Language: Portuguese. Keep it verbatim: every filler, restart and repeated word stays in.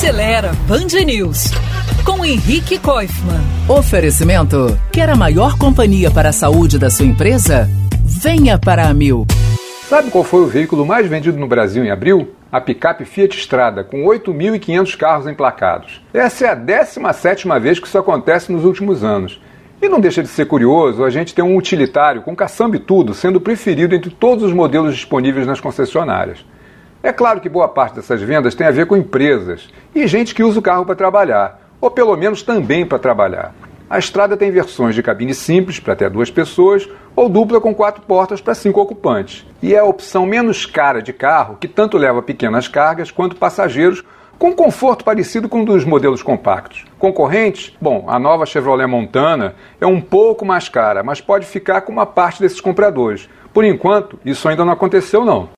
Acelera Band News, com Henrique Koifman. Oferecimento: quer a maior companhia para a saúde da sua empresa? Venha para a Mil. Sabe qual foi o veículo mais vendido no Brasil em abril? A picape Fiat Strada, com oito mil e quinhentos carros emplacados. Essa é a décima sétima vez que isso acontece nos últimos anos. E não deixa de ser curioso a gente ter um utilitário com caçamba e tudo sendo preferido entre todos os modelos disponíveis nas concessionárias. É claro que boa parte dessas vendas tem a ver com empresas e gente que usa o carro para trabalhar, ou pelo menos também para trabalhar. A Strada tem versões de cabine simples para até duas pessoas ou dupla com quatro portas para cinco ocupantes. E é a opção menos cara de carro que tanto leva pequenas cargas quanto passageiros, com conforto parecido com um dos modelos compactos. Concorrentes? Bom, a nova Chevrolet Montana é um pouco mais cara, mas pode ficar com uma parte desses compradores. Por enquanto, isso ainda não aconteceu não.